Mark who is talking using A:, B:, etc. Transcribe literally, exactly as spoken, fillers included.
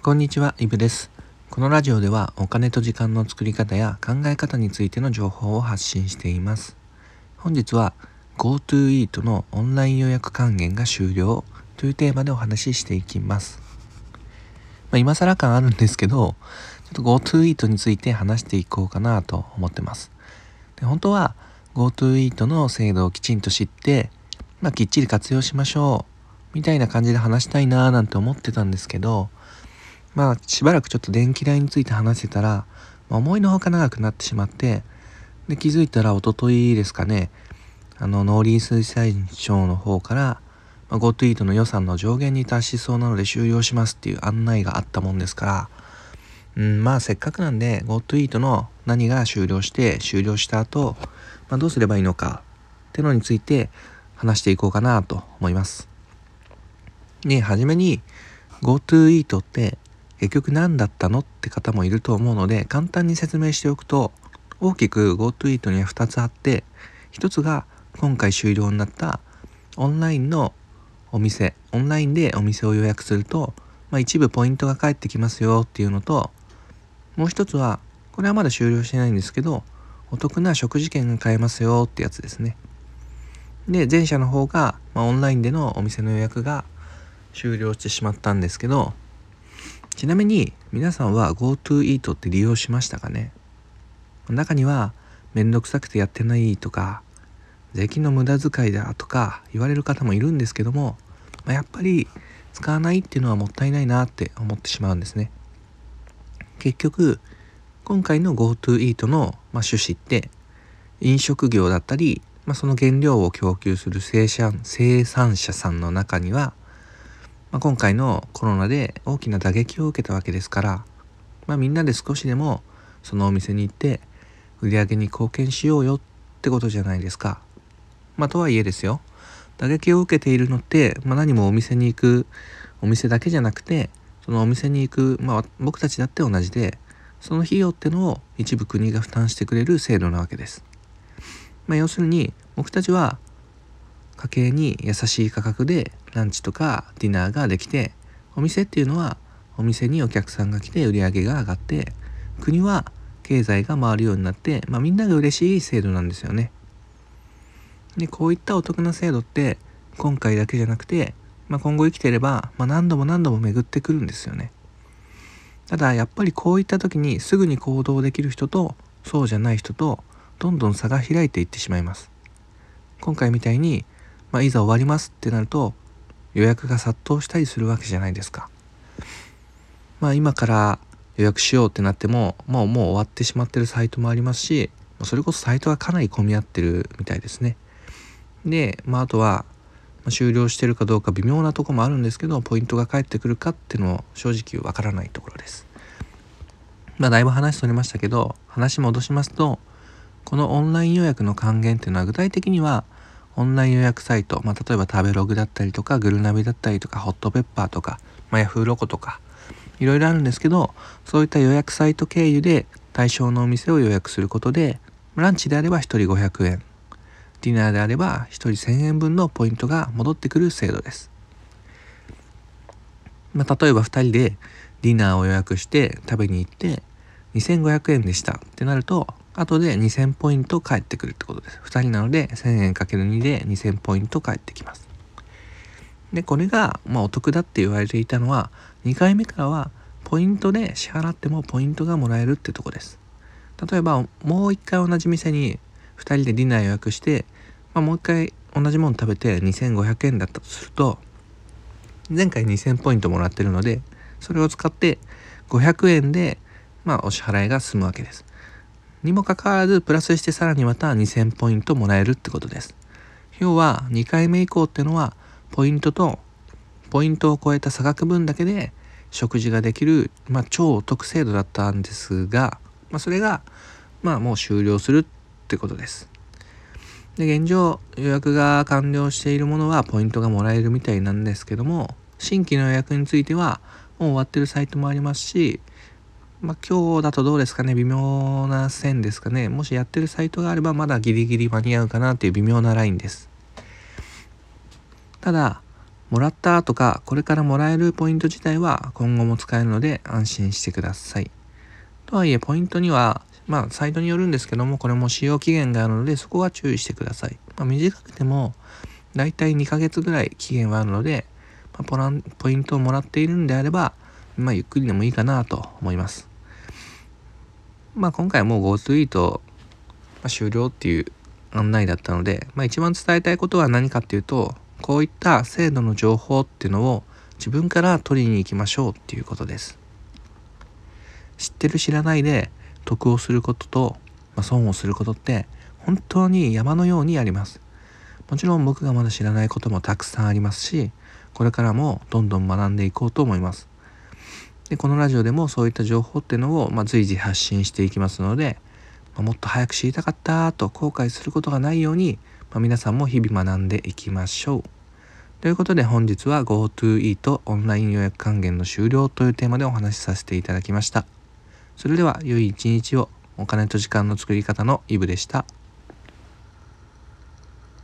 A: こんにちは、イブです。このラジオではお金と時間の作り方や考え方についての情報を発信しています。本日は GoTo イートのオンライン予約還元が終了というテーマでお話ししていきます。まあ、今更感あるんですけど、ちょっと GoTo イートについて話していこうかなと思ってます。で本当は GoTo イートの制度をきちんと知って、まあ、きっちり活用しましょうみたいな感じで話したいなーなんて思ってたんですけど、まあしばらくちょっと電気代について話してたら、まあ、思いのほか長くなってしまって、で気づいたら一昨日ですかね、あの農林水産省の方から、まあ、GoTo イートの予算の上限に達しそうなので終了しますっていう案内があったもんですから、うん、まあせっかくなんで GoTo イートの何が終了して終了した後、まあ、どうすればいいのかってのについて話していこうかなと思います。で、はじめに GoTo イートって結局何だったのって方もいると思うので、簡単に説明しておくと、大きく GoTo イートにはふたつあって、ひとつが今回終了になったオンラインのお店、オンラインでお店を予約すると、まあ、一部ポイントが返ってきますよっていうのと、もう一つはこれはまだ終了してないんですけど、お得な食事券が買えますよってやつですね。で、前者の方が、まあ、オンラインでのお店の予約が終了してしまったんですけど、ちなみに皆さんは GoTo イートって利用しましたかね。中にはめんどくさくてやってないとか、税金の無駄遣いだとか言われる方もいるんですけども、まあ、やっぱり使わないっていうのはもったいないなって思ってしまうんですね。結局今回の GoTo イートの、まあ、趣旨って飲食業だったり、まあ、その原料を供給する生産、生産者さんの中には、まあ、今回のコロナで大きな打撃を受けたわけですから、まあ、みんなで少しでもそのお店に行って売り上げに貢献しようよってことじゃないですか。まあとはいえですよ、打撃を受けているのって、まあ、何もお店に行くお店だけじゃなくて、そのお店に行く、まあ僕たちだって同じで、その費用ってのを一部国が負担してくれる制度なわけです。まあ要するに僕たちは家計に優しい価格でランチとかディナーができて、お店っていうのはお店にお客さんが来て売り上げが上がって、国は経済が回るようになって、まあ、みんなが嬉しい制度なんですよね。でこういったお得な制度って今回だけじゃなくて、まあ、今後生きていれば、まあ、何度も何度も巡ってくるんですよね。ただやっぱりこういった時にすぐに行動できる人とそうじゃない人とどんどん差が開いていってしまいます。今回みたいに、まあ、いざ終わりますってなると予約が殺到したりするわけじゃないですか。まあ今から予約しようってなっても、もうもう終わってしまってるサイトもありますし、それこそサイトがかなり混み合ってるみたいですね。で、まああとは、まあ、終了してるかどうか微妙なところもあるんですけど、ポイントが返ってくるかっていうのも正直わからないところです。まあだいぶ話それましたけど、話戻しますと、このオンライン予約の還元っていうのは具体的にはオンライン予約サイト、まあ、例えば食べログだったりとかグルナビだったりとかホットペッパーとか、まあ、ヤフーロコとかいろいろあるんですけど、そういった予約サイト経由で対象のお店を予約することで、ランチであればひとりごひゃくえん、ディナーであればひとりせんえんぶんのポイントが戻ってくる制度です。まあ、例えばふたりでディナーを予約して食べに行ってにせんごひゃくえんでしたってなると、後でにせんポイント返ってくるってことです。ふたりなので せんえんかけるに でにせんポイント返ってきます。でこれがまあお得だって言われていたのは、にかいめからはポイントで支払ってもポイントがもらえるってとこです。例えばもう一回同じ店にふたりでディナー予約して、まあ、もう一回同じもの食べてにせんごひゃくえんだったとすると、前回にせんポイントもらってるので、それを使ってごひゃくえんでまあお支払いが済むわけです。にもかかわらずプラスしてさらにまたにせんポイントもらえるってことです。要はにかいめ以降っていうのはポイントとポイントを超えた差額分だけで食事ができる、まあ、超お得制度だったんですが、まあ、それがまあもう終了するってことです。で現状予約が完了しているものはポイントがもらえるみたいなんですけども、新規の予約についてはもう終わってるサイトもありますし、まあ、今日だとどうですかね、微妙な線ですかね。もしやってるサイトがあればまだギリギリ間に合うかなっていう微妙なラインです。ただもらったとかこれからもらえるポイント自体は今後も使えるので安心してください。とはいえポイントにはまあサイトによるんですけども、これも使用期限があるのでそこは注意してください。まあ、短くてもだいたいにかげつぐらい期限はあるので、まあ、ポランポイントをもらっているんであれば、まあ、ゆっくりでもいいかなと思います。まあ今回はもう GoTo イート、まあ、終了っていう案内だったので、まあ、一番伝えたいことは何かっていうと、こういった制度の情報っていうのを自分から取りに行きましょうっていうことです。知ってる知らないで得をすることと、まあ、損をすることって本当に山のようにあります。もちろん僕がまだ知らないこともたくさんありますし、これからもどんどん学んでいこうと思います。でこのラジオでもそういった情報っていうのを、まあ、随時発信していきますので、まあ、もっと早く知りたかったと後悔することがないように、まあ、皆さんも日々学んでいきましょう。ということで本日は GoTo イートオンライン予約還元の終了というテーマでお話しさせていただきました。それでは良い一日を。お金と時間の作り方のイブでした。